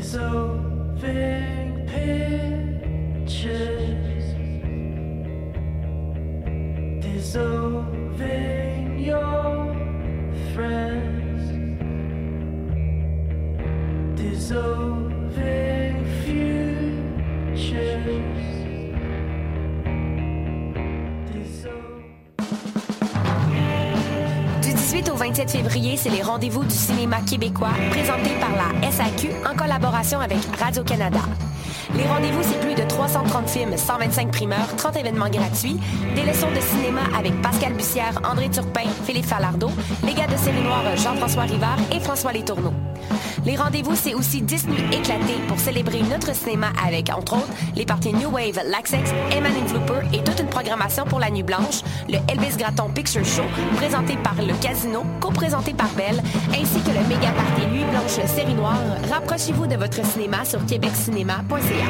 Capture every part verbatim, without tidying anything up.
dissolving pictures, dissolving your friends, dissolving futures. Du dix-huit au vingt-sept février, c'est les rendez-vous du cinéma québécois présentés par la S A Q en collaboration avec Radio-Canada. Les rendez-vous, c'est plus de trois cent trente films, cent vingt-cinq primeurs, trente événements gratuits, des leçons de cinéma avec Pascal Bussière, André Turpin, Philippe Falardeau, les gars de série noire Jean-François Rivard et François Letourneau. Les rendez-vous, c'est aussi dix nuits éclatées pour célébrer notre cinéma avec, entre autres, les parties New Wave, Laxex, Eman and Flooper et toute une programmation pour la Nuit Blanche, le Elvis Gratton Picture Show, présenté par le Casino, co-présenté par Belle, ainsi que le méga party Nuit Blanche série noire. Rapprochez-vous de votre cinéma sur québec cinéma point c a.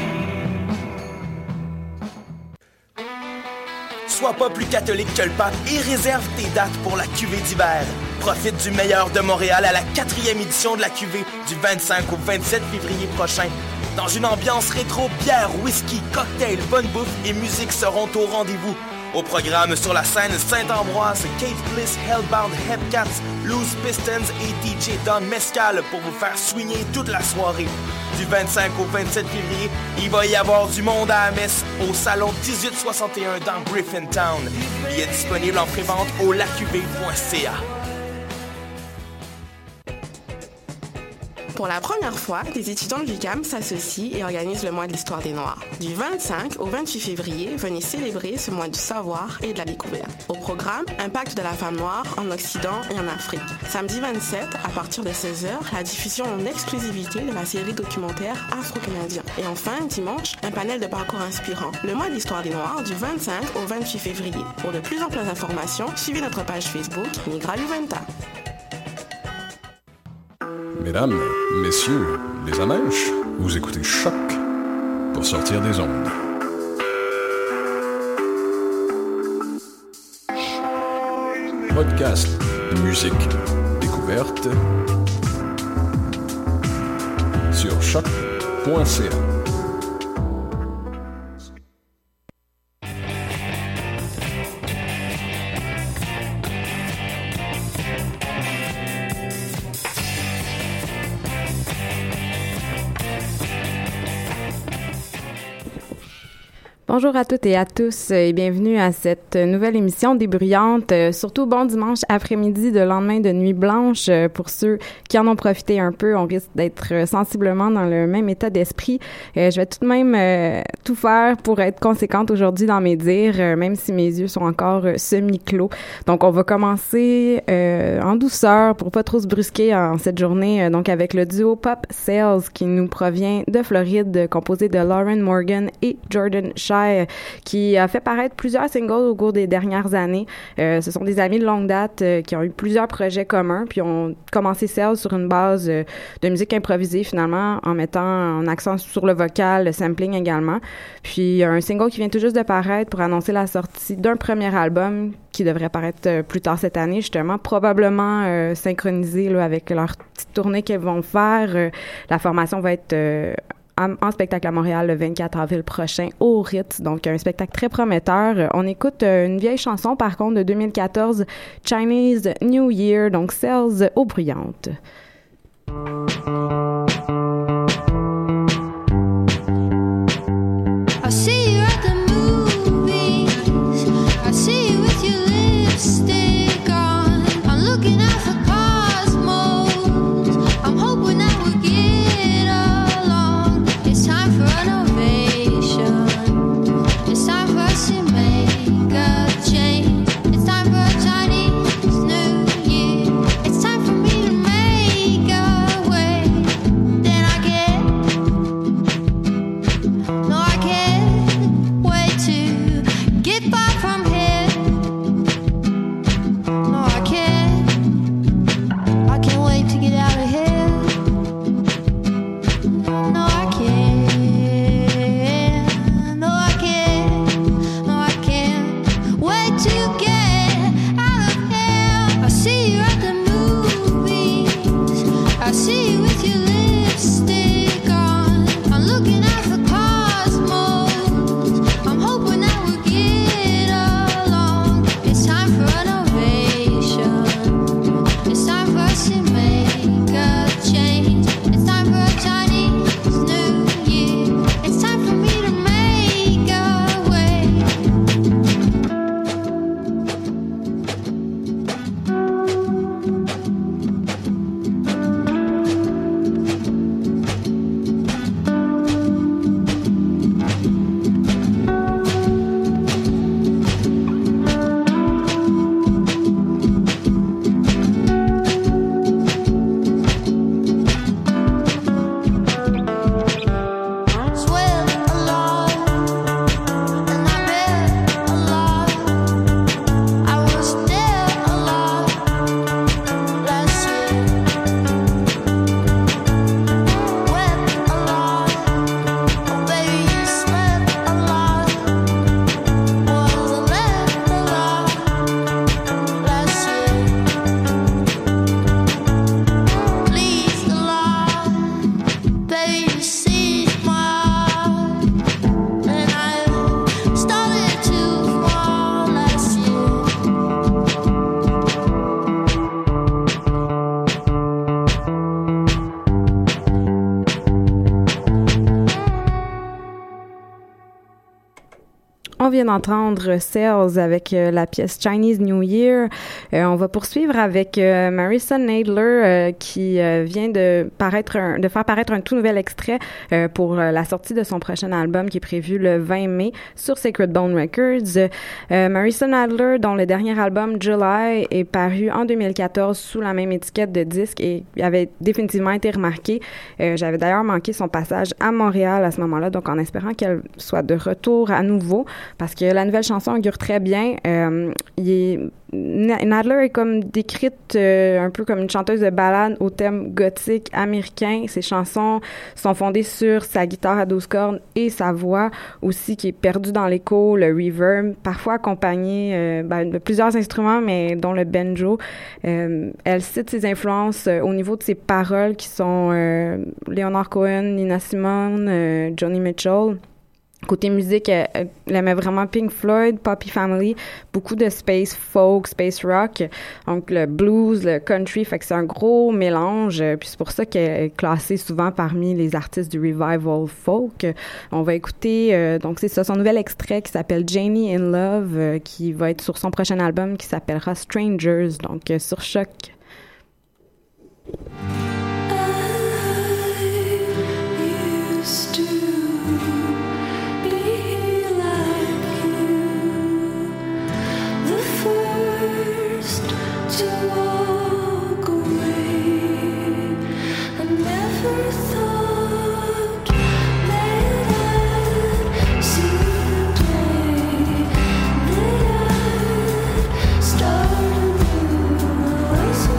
Sois pas plus catholique que le pape et réserve tes dates pour la cuvée d'hiver. Profite du meilleur de Montréal à la quatrième édition de la cuvée du vingt-cinq au vingt-sept février prochain. Dans une ambiance rétro, bière, whisky, cocktail, bonne bouffe et musique seront au rendez-vous. Au programme sur la scène Saint-Ambroise, Kate Bliss, Hellbound, Hepcats, Loose Pistons et D J Don Mescal pour vous faire swinger toute la soirée. Du vingt-cinq au vingt-sept février, il va y avoir du monde à la messe au salon dix-huit soixante et un dans Griffintown. Il est disponible en pré-vente au lacuvée point c a. Pour la première fois, les étudiants de l'U Q A M s'associent et organisent le mois de l'histoire des Noirs. Du vingt-cinq au vingt-huit février, venez célébrer ce mois du savoir et de la découverte. Au programme, impact de la femme noire en Occident et en Afrique. Samedi vingt-sept, à partir de seize heures, la diffusion en exclusivité de la série documentaire Afro-Canadien. Et enfin, dimanche, un panel de parcours inspirant. Le mois de l'histoire des Noirs du vingt-cinq au vingt-huit février. Pour de plus amples informations, suivez notre page Facebook Migra Juventa. Mesdames, messieurs, les amèches, vous écoutez Choc pour sortir des ondes. Podcast, musique, découverte sur choc point c a. Bonjour à toutes et à tous et bienvenue à cette nouvelle émission débruyante. Surtout bon dimanche après-midi de lendemain de nuit blanche. Pour ceux qui en ont profité un peu, on risque d'être sensiblement dans le même état d'esprit. Euh, je vais tout de même euh, tout faire pour être conséquente aujourd'hui dans mes dires, euh, même si mes yeux sont encore euh, semi-clos. Donc on va commencer euh, en douceur pour pas trop se brusquer en cette journée. Euh, donc avec le duo Pop Sales qui nous provient de Floride, composé de Lauren Morgan et Jordan Shire, qui a fait paraître plusieurs singles au cours des dernières années. Euh, ce sont des amis de longue date euh, qui ont eu plusieurs projets communs, puis ont commencé Sales sur une base euh, de musique improvisée finalement, en mettant en accent sur le vocal, le sampling également. Puis un single qui vient tout juste de paraître pour annoncer la sortie d'un premier album qui devrait paraître euh, plus tard cette année, justement, probablement euh, synchronisé là, avec leur petite tournée qu'elles vont faire. Euh, la formation va être euh, en spectacle à Montréal le vingt-quatre avril prochain au Ritz. Donc, un spectacle très prometteur. On écoute une vieille chanson, par contre, de deux mille quatorze, Chinese New Year, donc Sales aux bruyantes. It's time for me to make a way. vient d'entendre Sales avec euh, la pièce Chinese New Year. Euh, on va poursuivre avec euh, Marissa Nadler euh, qui euh, vient de paraître un, de faire paraître un tout nouvel extrait euh, pour euh, la sortie de son prochain album qui est prévu le vingt mai sur Sacred Bone Records. Euh, Marissa Nadler, dont le dernier album July est paru en deux mille quatorze sous la même étiquette de disque et avait définitivement été remarqué. Euh, j'avais d'ailleurs manqué son passage à Montréal à ce moment-là, donc en espérant qu'elle soit de retour à nouveau, parce que la nouvelle chanson augure très bien. Euh, il est, Nadler est comme décrite euh, un peu comme une chanteuse de ballade au thème gothique américain. Ses chansons sont fondées sur sa guitare à douze cordes et sa voix aussi qui est perdue dans l'écho, le reverb, parfois accompagnée euh, ben, de plusieurs instruments, mais dont le banjo. Euh, elle cite ses influences euh, au niveau de ses paroles qui sont euh, Leonard Cohen, Nina Simone, euh, Joni Mitchell. Côté musique, elle, elle aimait vraiment Pink Floyd, Poppy Family, beaucoup de space folk, space rock, donc le blues, le country, fait que c'est un gros mélange, puis c'est pour ça qu'elle est classée souvent parmi les artistes du revival folk. On va écouter, euh, donc c'est ça, son nouvel extrait qui s'appelle Janie in Love, euh, qui va être sur son prochain album qui s'appellera Strangers, donc euh, sur Choc. Start a new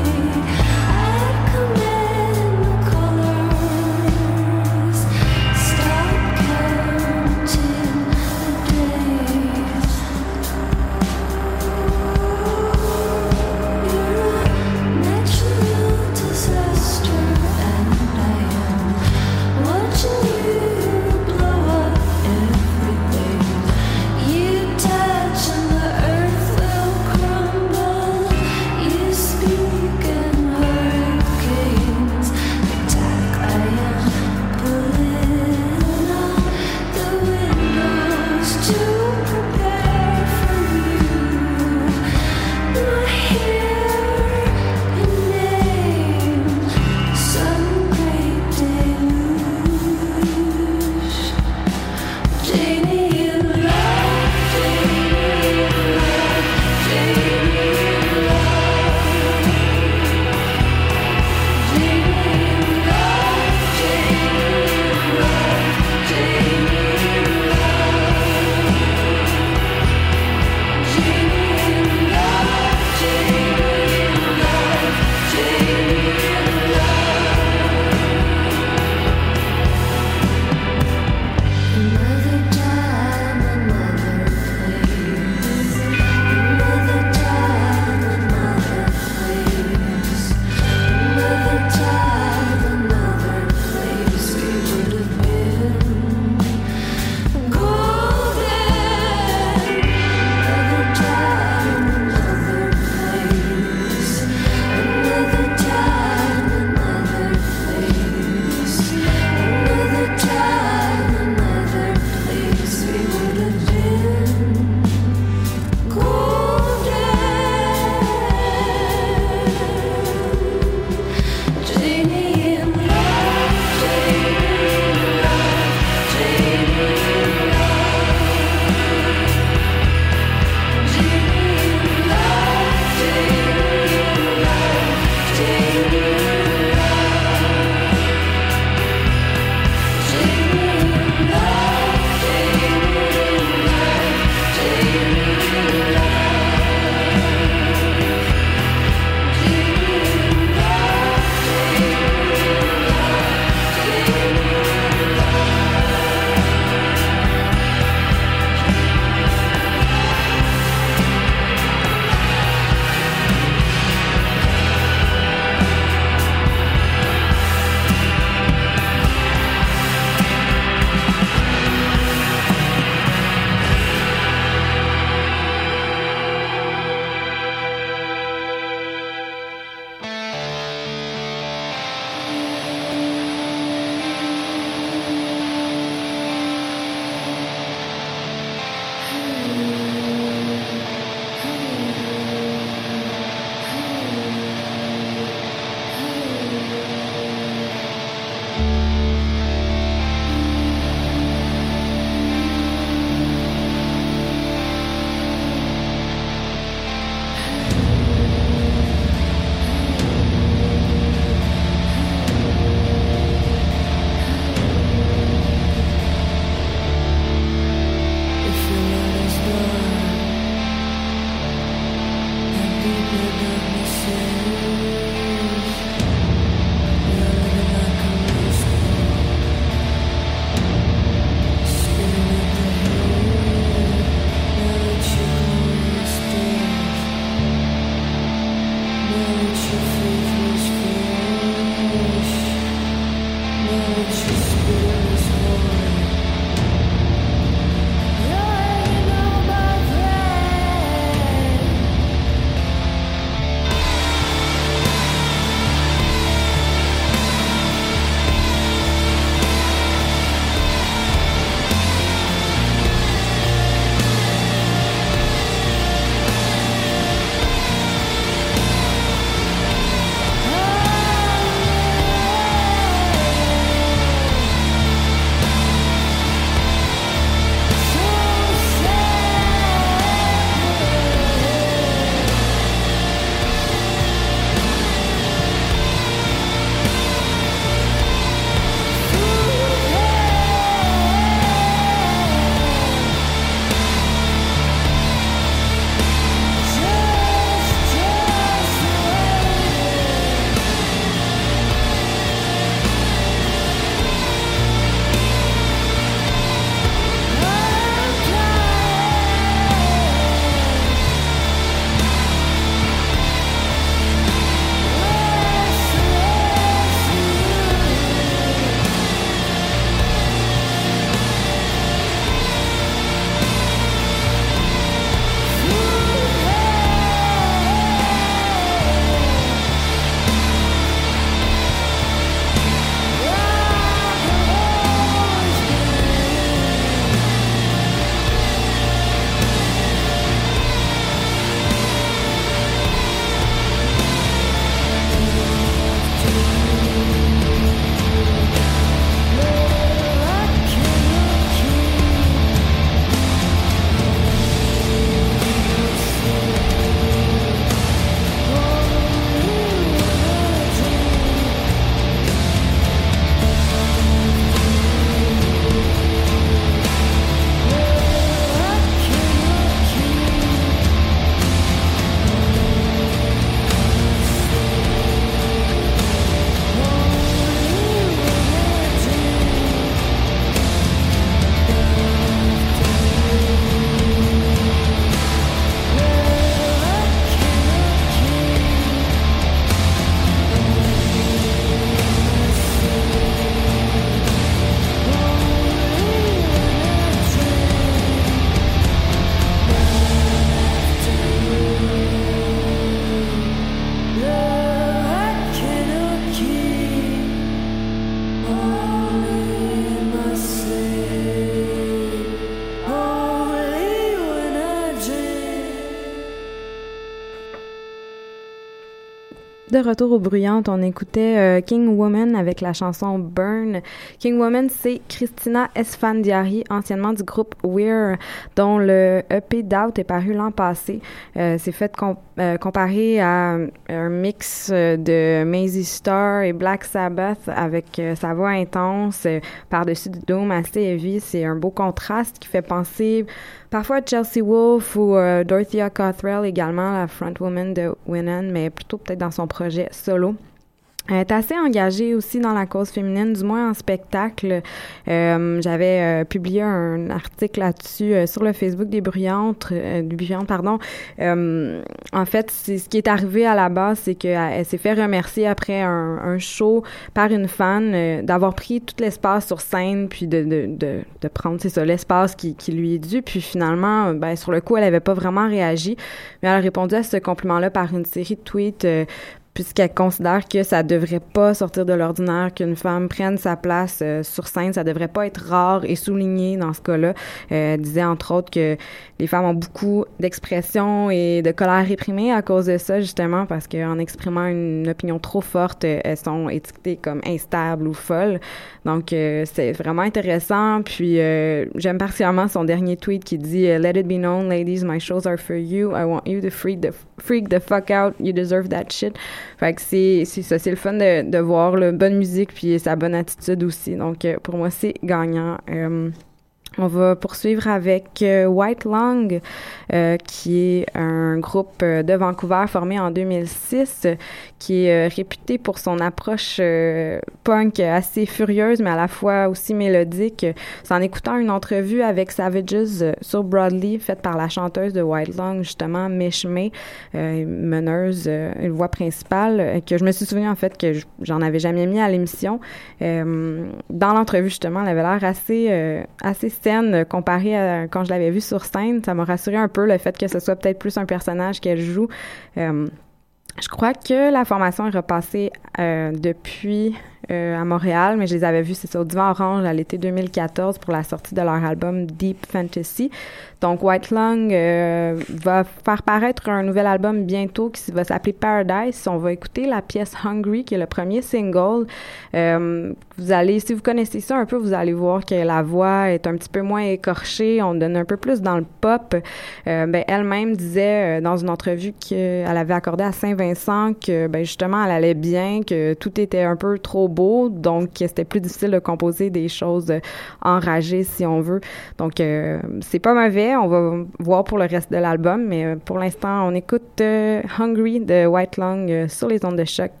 De retour aux bruyantes, on écoutait euh, King Woman avec la chanson Burn. King Woman, c'est Christina Esfandiari, anciennement du groupe Weir, dont le E P Doubt est paru l'an passé. Euh, c'est fait com- euh, comparé à un mix de Maisie Star et Black Sabbath avec euh, sa voix intense euh, par-dessus du doom assez heavy. C'est un beau contraste qui fait penser parfois à Chelsea Wolfe ou euh, Dorothea Cottrell également, la frontwoman de Winnan, mais plutôt peut-être dans son projet solo. Elle est assez engagée aussi dans la cause féminine, du moins en spectacle. Euh, j'avais euh, publié un article là-dessus euh, sur le Facebook des Bruyantes, euh, du Bruyantes, pardon. Euh, en fait, c'est ce qui est arrivé à la base, c'est qu'elle elle s'est fait remercier après un, un show par une fan euh, d'avoir pris tout l'espace sur scène, puis de de de, de prendre, c'est ça, l'espace qui, qui lui est dû. Puis finalement, ben sur le coup, elle avait pas vraiment réagi, mais elle a répondu à ce compliment-là par une série de tweets. Euh, puisqu'elle considère que ça devrait pas sortir de l'ordinaire qu'une femme prenne sa place euh, sur scène. Ça devrait pas être rare et souligné dans ce cas-là. Euh, elle disait entre autres que les femmes ont beaucoup d'expression et de colère réprimée à cause de ça, justement, parce qu'en exprimant une opinion trop forte, elles sont étiquetées comme instables ou folles. Donc, euh, c'est vraiment intéressant. Puis, euh, j'aime particulièrement son dernier tweet qui dit « Let it be known, ladies, my shows are for you. I want you to freak the, freak the fuck out. You deserve that shit. » Fait que c'est, c'est ça, c'est le fun de, de voir la bonne musique puis sa bonne attitude aussi. Donc, euh, pour moi, c'est gagnant. Euh, On va poursuivre avec euh, White Lung, euh, qui est un groupe euh, de Vancouver formé en deux mille six, euh, qui est euh, réputé pour son approche euh, punk assez furieuse, mais à la fois aussi mélodique. C'est en écoutant une entrevue avec Savages euh, sur Broadly, faite par la chanteuse de White Lung, justement, Mish May, euh, meneuse, euh, une voix principale, euh, que je me suis souvenu en fait que j'en avais jamais mis à l'émission. Euh, dans l'entrevue, justement, elle avait l'air assez, euh, assez comparé à quand je l'avais vue sur scène. Ça m'a rassuré un peu le fait que ce soit peut-être plus un personnage qu'elle joue. Euh, je crois que la formation est repassée euh, depuis euh, à Montréal, mais je les avais vus, c'est ça, au Divan Orange à l'été deux mille quatorze pour la sortie de leur album Deep Fantasy. Donc, White Lung euh, va faire paraître un nouvel album bientôt qui va s'appeler Paradise. On va écouter la pièce Hungry, qui est le premier single. Euh, vous allez, si vous connaissez ça un peu, vous allez voir que la voix est un petit peu moins écorchée. On donne un peu plus dans le pop. Euh, ben, elle-même disait euh, dans une entrevue qu'elle avait accordée à Saint-Vincent que, ben, justement, elle allait bien, que tout était un peu trop beau, donc c'était plus difficile de composer des choses enragées, si on veut. Donc, euh, c'est pas mauvais. On va voir pour le reste de l'album, mais pour l'instant, on écoute euh, Hungry de White Lung euh, sur les ondes de choc.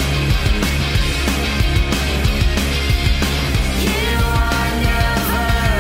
You are never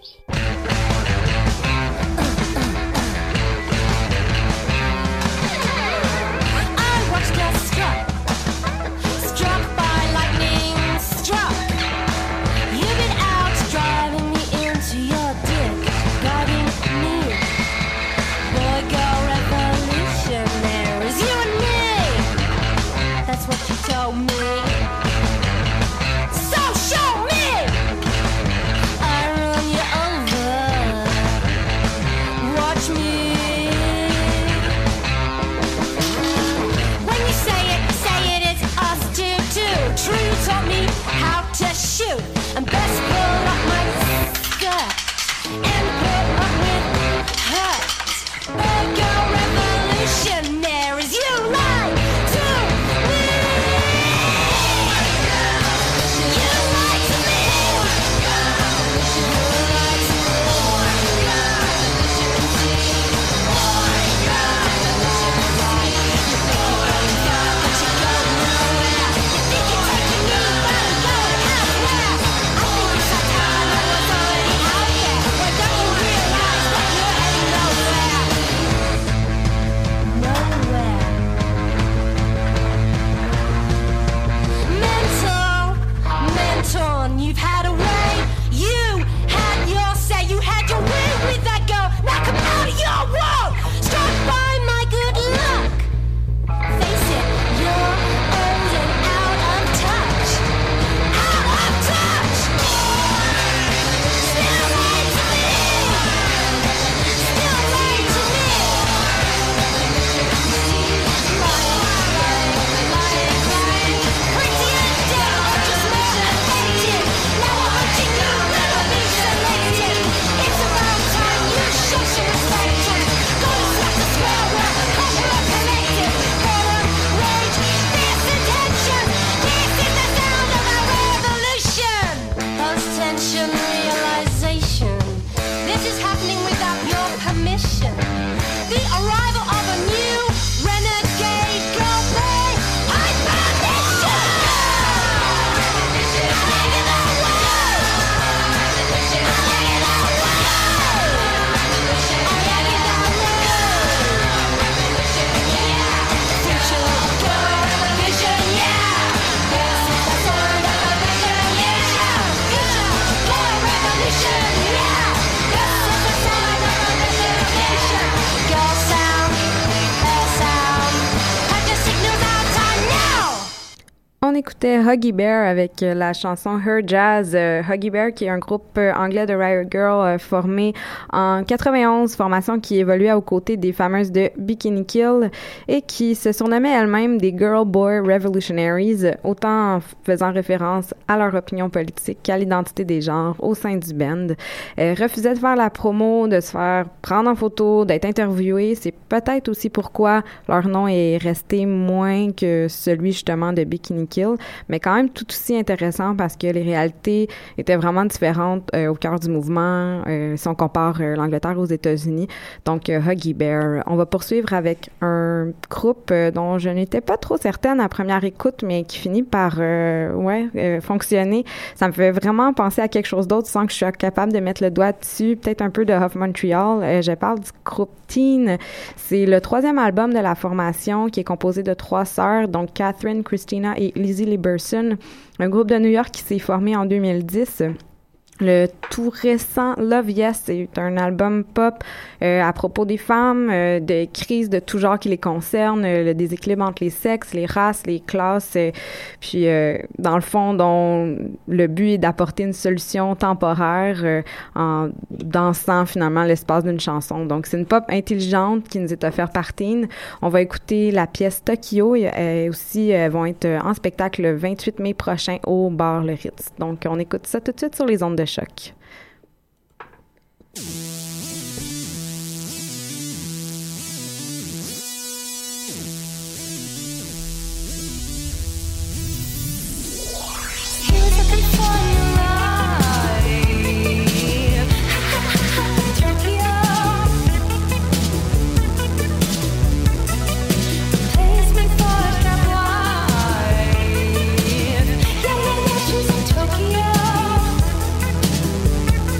On écoutait Huggy Bear avec euh, la chanson Her Jazz. Euh, Huggy Bear, qui est un groupe euh, anglais de Riot Girl euh, formé en quatre-vingt-onze, formation qui évoluait aux côtés des fameuses de Bikini Kill et qui se surnommaient elles-mêmes des Girl Boy Revolutionaries, autant en faisant référence à leur opinion politique qu'à l'identité des genres au sein du band. Elles refusaient de faire la promo, de se faire prendre en photo, d'être interviewées. C'est peut-être aussi pourquoi leur nom est resté moins que celui justement de Bikini Kill, mais quand même tout aussi intéressant parce que les réalités étaient vraiment différentes euh, au cœur du mouvement euh, si on compare euh, l'Angleterre aux États-Unis. Donc euh, Huggy Bear. On va poursuivre avec un groupe euh, dont je n'étais pas trop certaine à première écoute, mais qui finit par euh, ouais euh, fonctionner. Ça me fait vraiment penser à quelque chose d'autre sans que je sois capable de mettre le doigt dessus. Peut-être un peu de Of Montreal. Euh, je parle du groupe Teen. C'est le troisième album de la formation qui est composé de trois sœurs, donc Catherine, Christina et Lizzie Liberson, un groupe de New York qui s'est formé en deux mille dix. Le tout récent Love Yes, c'est un album pop euh, à propos des femmes, euh, de crises de tout genre qui les concernent, euh, le déséquilibre entre les sexes, les races, les classes, euh, puis euh, dans le fond, dont le but est d'apporter une solution temporaire euh, en dansant finalement l'espace d'une chanson. Donc c'est une pop intelligente qui nous est offerte par Teen. On va écouter la pièce Tokyo et euh, aussi elles vont être en spectacle le vingt-huit mai prochain au bar Le Ritz. Donc on écoute ça tout de suite sur les ondes de choc. Tokyo.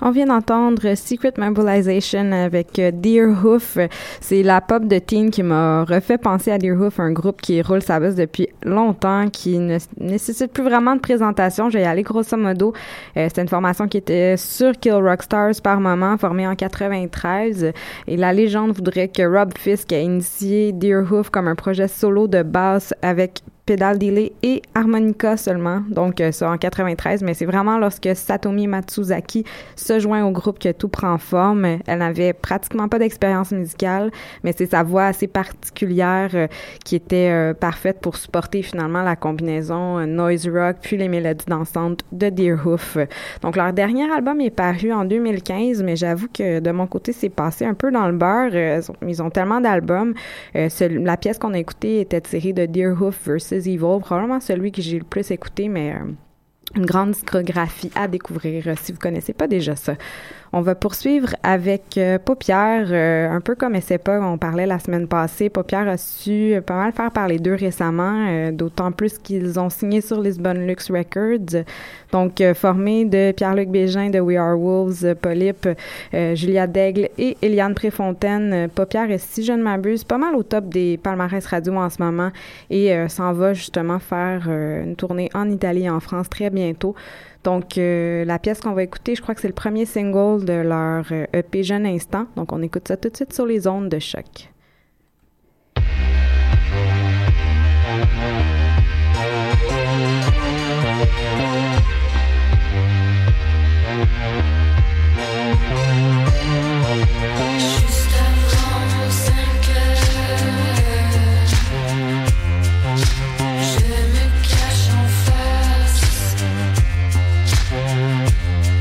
On vient d'entendre Secret Mobilization avec Deerhoof. C'est la pop de teen qui m'a refait penser à Deerhoof, un groupe qui roule sa bosse depuis longtemps, qui ne nécessite plus vraiment de présentation. Je vais y aller grosso modo. Euh, C'était une formation qui était sur Kill Rock Stars par moment, formée en quatre-vingt-treize. Et la légende voudrait que Rob Fisk a initié Deerhoof comme un projet solo de basse avec pédale delay et harmonica seulement, donc euh, ça en quatre-vingt-treize, mais c'est vraiment lorsque Satomi Matsuzaki se joint au groupe que tout prend forme. Elle n'avait pratiquement pas d'expérience musicale, mais c'est sa voix assez particulière euh, qui était euh, parfaite pour supporter finalement la combinaison euh, noise rock puis les mélodies dansantes de Deerhoof. Donc leur dernier album est paru en deux mille quinze, mais j'avoue que de mon côté c'est passé un peu dans le beurre. Euh, ils ont tellement d'albums. Euh, celui, la pièce qu'on a écoutée était tirée de Deerhoof versus Evil, probablement celui que j'ai le plus écouté, mais euh, une grande discographie à découvrir euh, si vous connaissez pas déjà ça. On va poursuivre avec euh, Paupière, euh, un peu comme S E P A, on parlait la semaine passée. Paupière a su euh, pas mal faire parler d'eux récemment, euh, d'autant plus qu'ils ont signé sur Lisbon Lux Records. Donc, euh, formé de Pierre-Luc Bégin de We Are Wolves, euh, Polype, euh, Julia Daigle et Eliane Préfontaine. Euh, Paupière est, si je ne m'abuse, pas mal au top des palmarès radio en ce moment et euh, s'en va justement faire euh, une tournée en Italie et en France très bientôt. Donc, euh, la pièce qu'on va écouter, je crois que c'est le premier single de leur euh, E P Jeune Instant. Donc, on écoute ça tout de suite sur les ondes de Choc.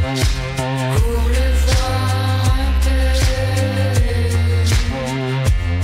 Pour le voir un peu.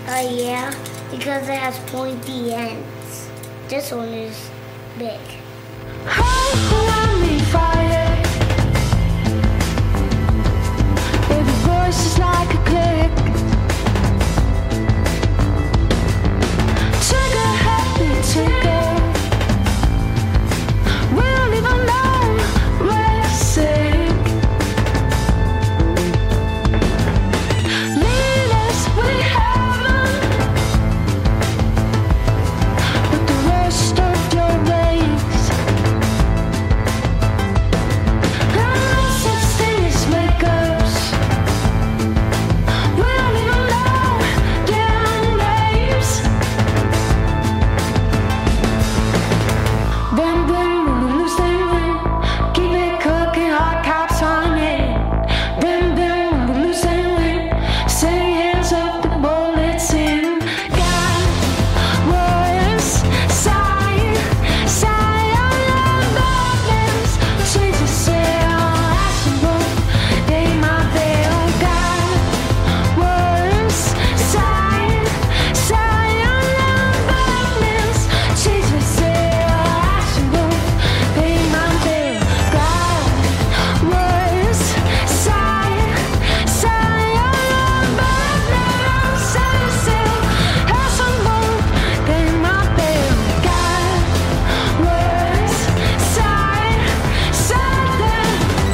Uh, yeah, because it has pointy ends. This one is big. Fire. Baby, voice is like a click. Trigger, happy trigger. We don't even know we're sick. Lead us, we haven't. With the rest of your ways. Unless it's things make us. We don't even know their names. Bam, bam, when we lose, they win. Keep it cooking, hot cops on it. Bam, bam, when we lose, they win. Say hands up, the bullets in. God, words, sigh, sigh on darkness. Change the sail, ash and rope, they my veil. God, words, sigh, sigh on darkness. Change the sail, ash and rope, they my veil. God, words, sigh, sigh on darkness. Change the sail, ash and rope, they my veil. God, words, sigh, sigh.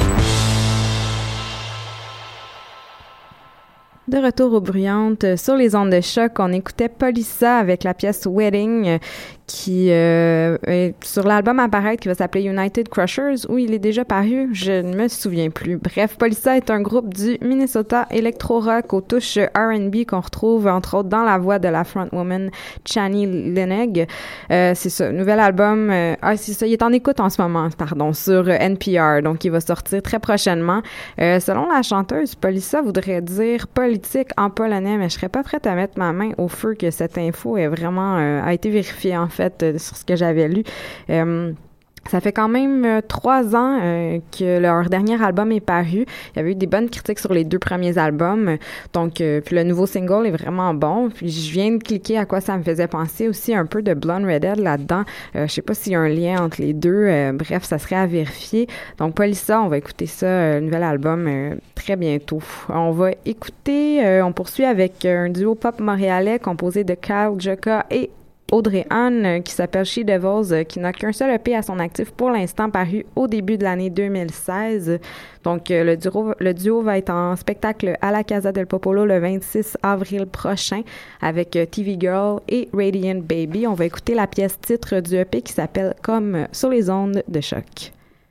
De retour aux bruyantes, sur les ondes de choc, on écoutait Polissa avec la pièce Wedding euh, qui euh, est sur l'album à paraître qui va s'appeler United Crushers, où il est déjà paru, je ne me souviens plus. Bref, Polissa est un groupe du Minnesota électro-rock aux touches R and B qu'on retrouve entre autres dans la voix de la frontwoman Chani Leneg. Euh, c'est ça, nouvel album, euh, ah c'est ça, il est en écoute en ce moment, pardon, sur euh, N P R, donc il va sortir très prochainement. Euh, selon la chanteuse, Polissa voudrait dire politique en polonais, mais je serais pas prête à mettre ma main au feu que cette info est vraiment euh, a été vérifiée en fait euh, sur ce que j'avais lu. Euh, Ça fait quand même euh, trois ans euh, que leur dernier album est paru. Il y avait eu des bonnes critiques sur les deux premiers albums. Donc, euh, puis le nouveau single est vraiment bon. Puis je viens de cliquer à quoi ça me faisait penser aussi un peu de Blonde Redhead là-dedans. Euh, je sais pas s'il y a un lien entre les deux. Euh, bref, ça serait à vérifier. Donc, Polissa, on va écouter ça, euh, nouvel album, euh, très bientôt. On va écouter, euh, on poursuit avec un duo pop montréalais composé de Kyle Joka et Audrey Anne, euh, qui s'appelle She Devils, euh, qui n'a qu'un seul E P à son actif pour l'instant, paru au début de l'année deux mille seize. Donc, euh, le, duo, le duo va être en spectacle à la Casa del Popolo le vingt-six avril prochain avec euh, T V Girl et Radiant Baby. On va écouter la pièce titre du E P qui s'appelle Comme euh, sur les ondes de choc.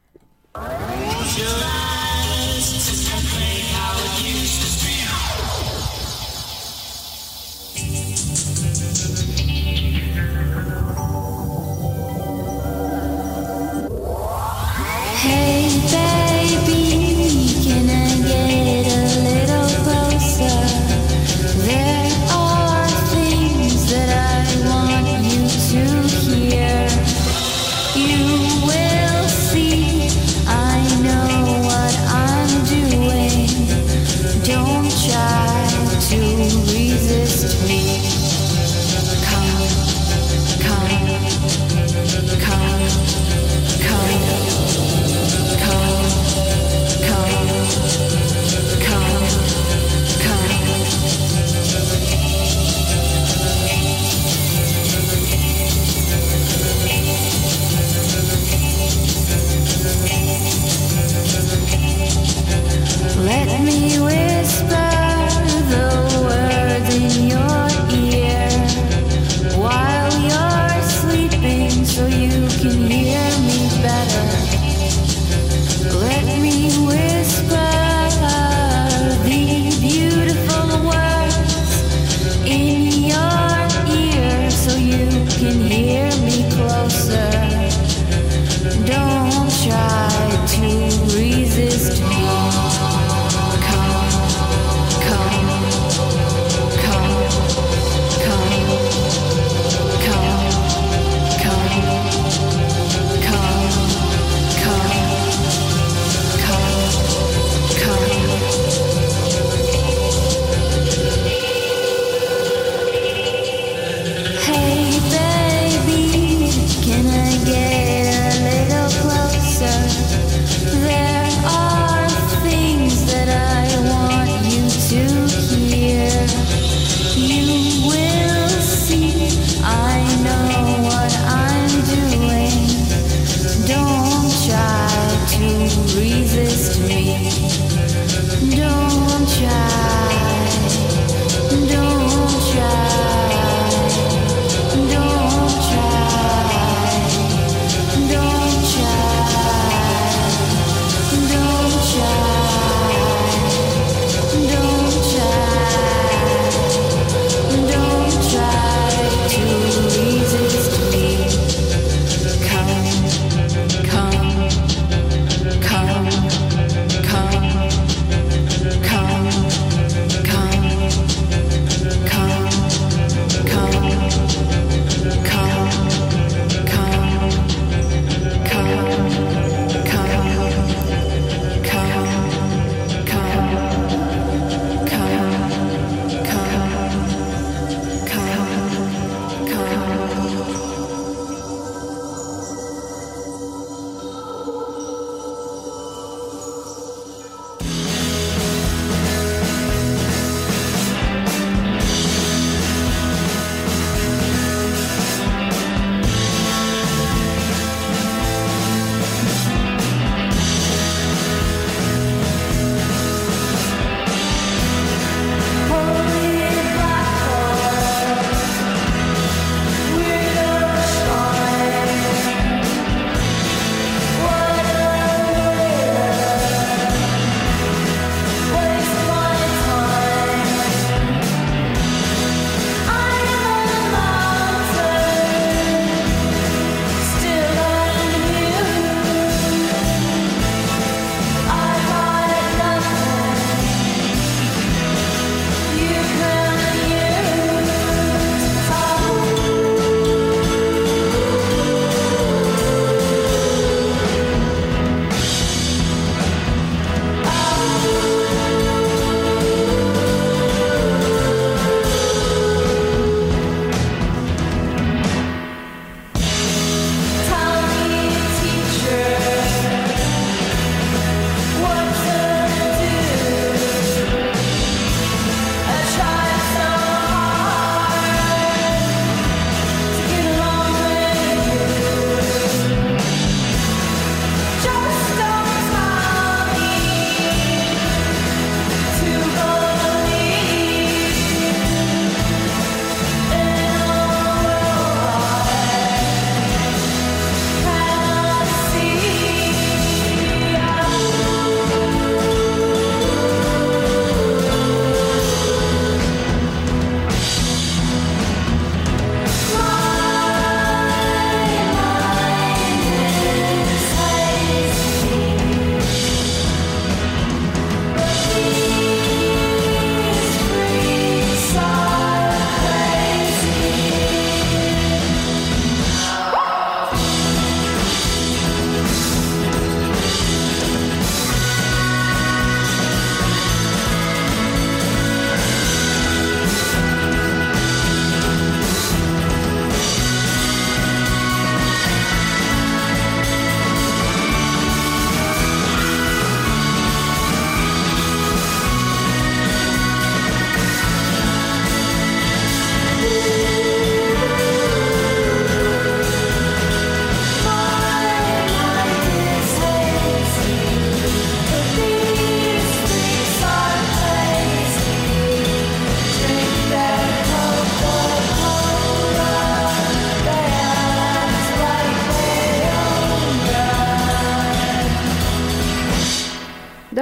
Hey baby, can I get a little closer? There are things that I want you to hear. You will see, I know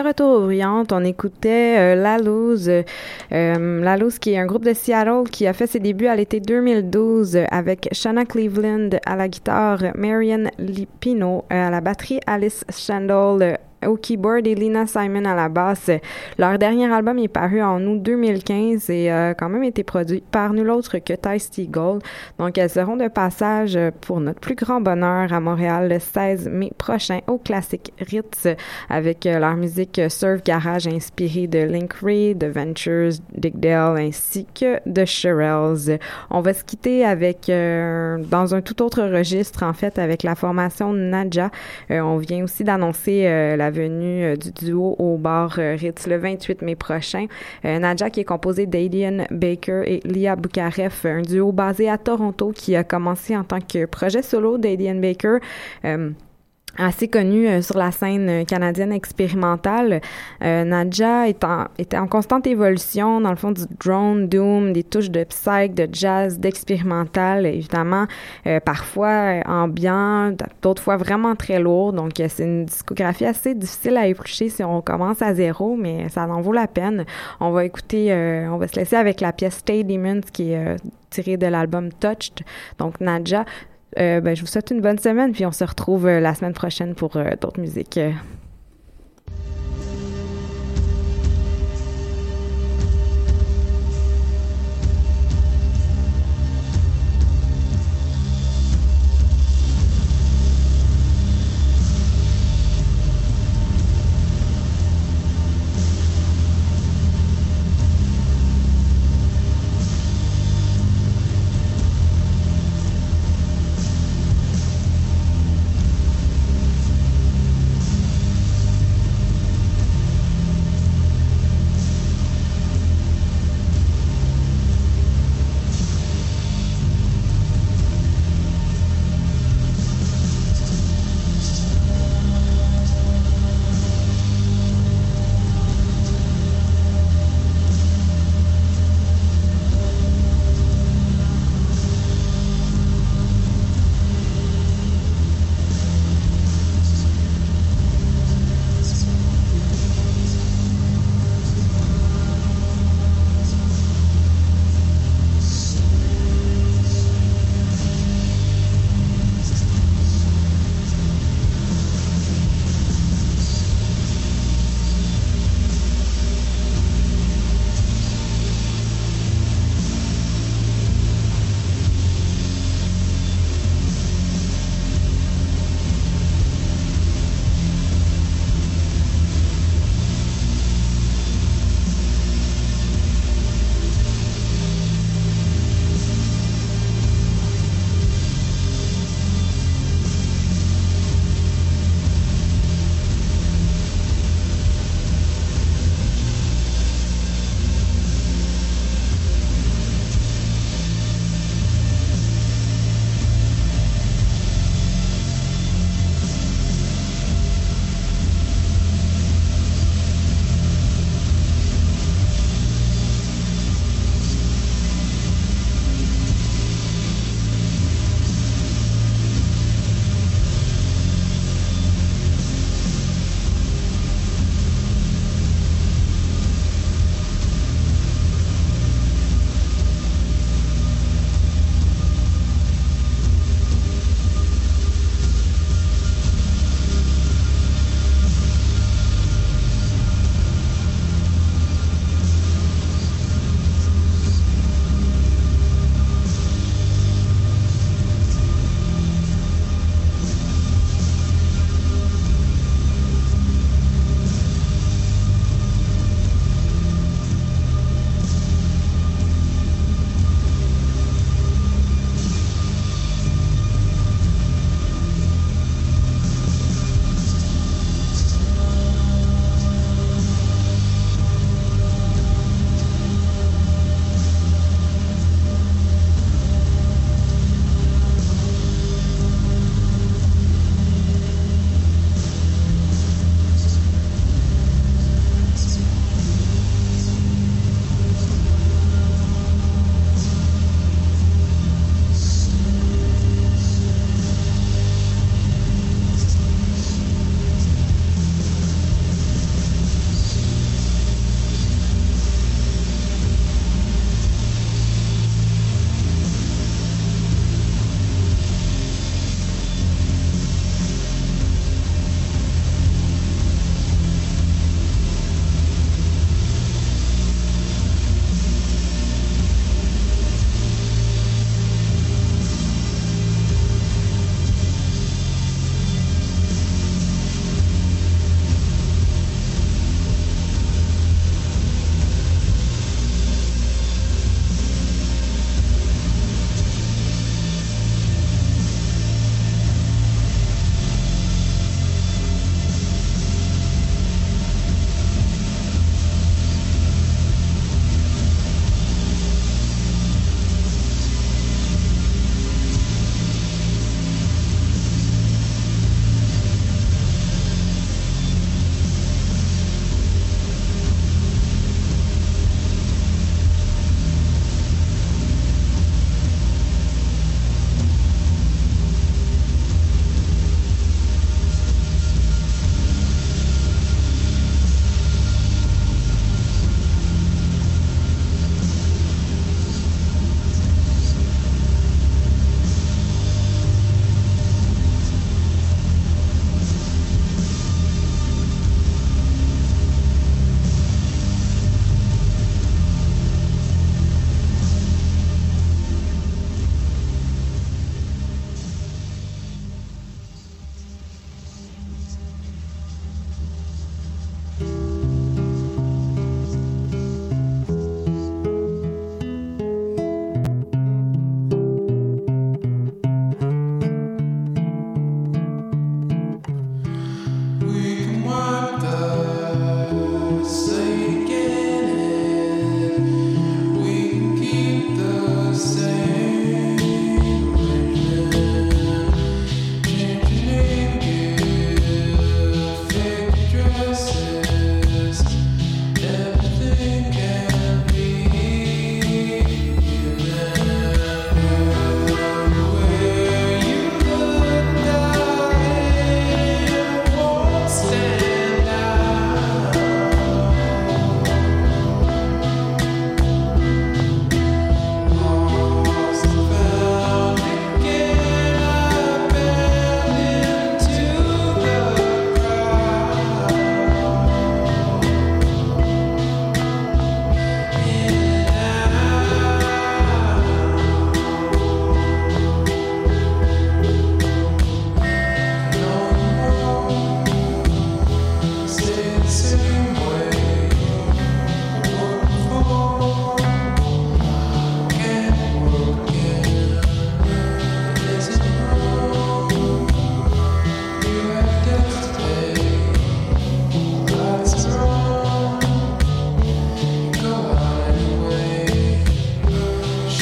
retour aux Brillantes. On écoutait euh, La Loose. Euh, La Loose, qui est un groupe de Seattle qui a fait ses débuts à l'été deux mille douze avec Shanna Cleveland à la guitare, Marian Lipino à la batterie, Alice Shandall au keyboard et Lina Simon à la basse. Leur dernier album est paru en août deux mille quinze et a quand même été produit par nul autre que Ty Stegall. Donc, elles seront de passage pour notre plus grand bonheur à Montréal le seize mai prochain au Classic Ritz avec leur musique surf garage inspirée de Link Reed, de Ventures, Dick Dale ainsi que de Shirelles. On va se quitter avec, euh, dans un tout autre registre en fait, avec la formation Nadja. Euh, on vient aussi d'annoncer euh, la venue euh, du duo au bar euh, Ritz le vingt-huit mai prochain. Euh, Nadja qui est composée d'Adian Baker et Lia Boukaref, un duo basé à Toronto qui a commencé en tant que projet solo d'Adian Baker. Euh, assez connu euh, sur la scène canadienne expérimentale. Euh, Nadja est en, était en constante évolution, dans le fond, du drone, doom, des touches de psych, de jazz, d'expérimental, évidemment, euh, parfois euh, ambiant, d'autres fois vraiment très lourd. Donc, euh, c'est une discographie assez difficile à éplucher si on commence à zéro, mais ça en vaut la peine. On va écouter, euh, on va se laisser avec la pièce Stay Demons qui est euh, tirée de l'album Touched. Donc, Nadja, Euh, ben, je vous souhaite une bonne semaine, puis on se retrouve euh, la semaine prochaine pour euh, d'autres musiques.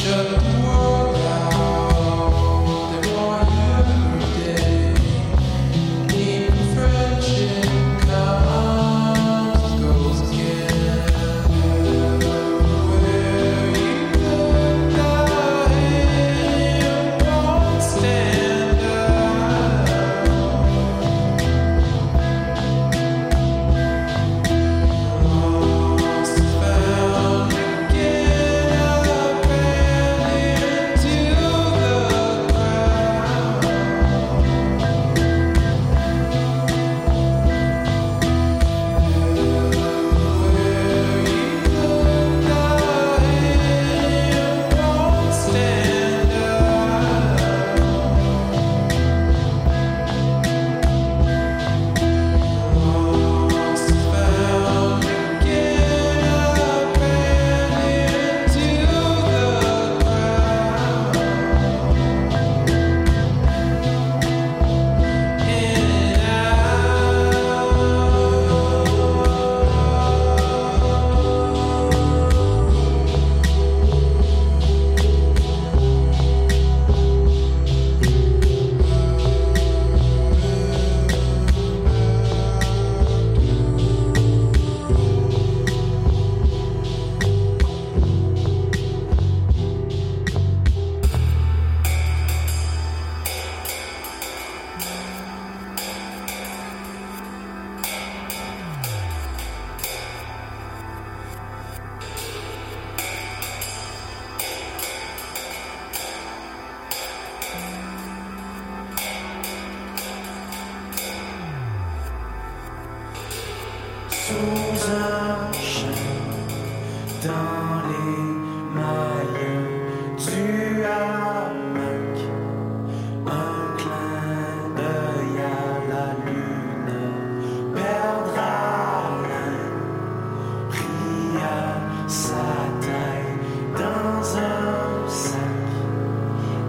Sous un chien, dans les mailles du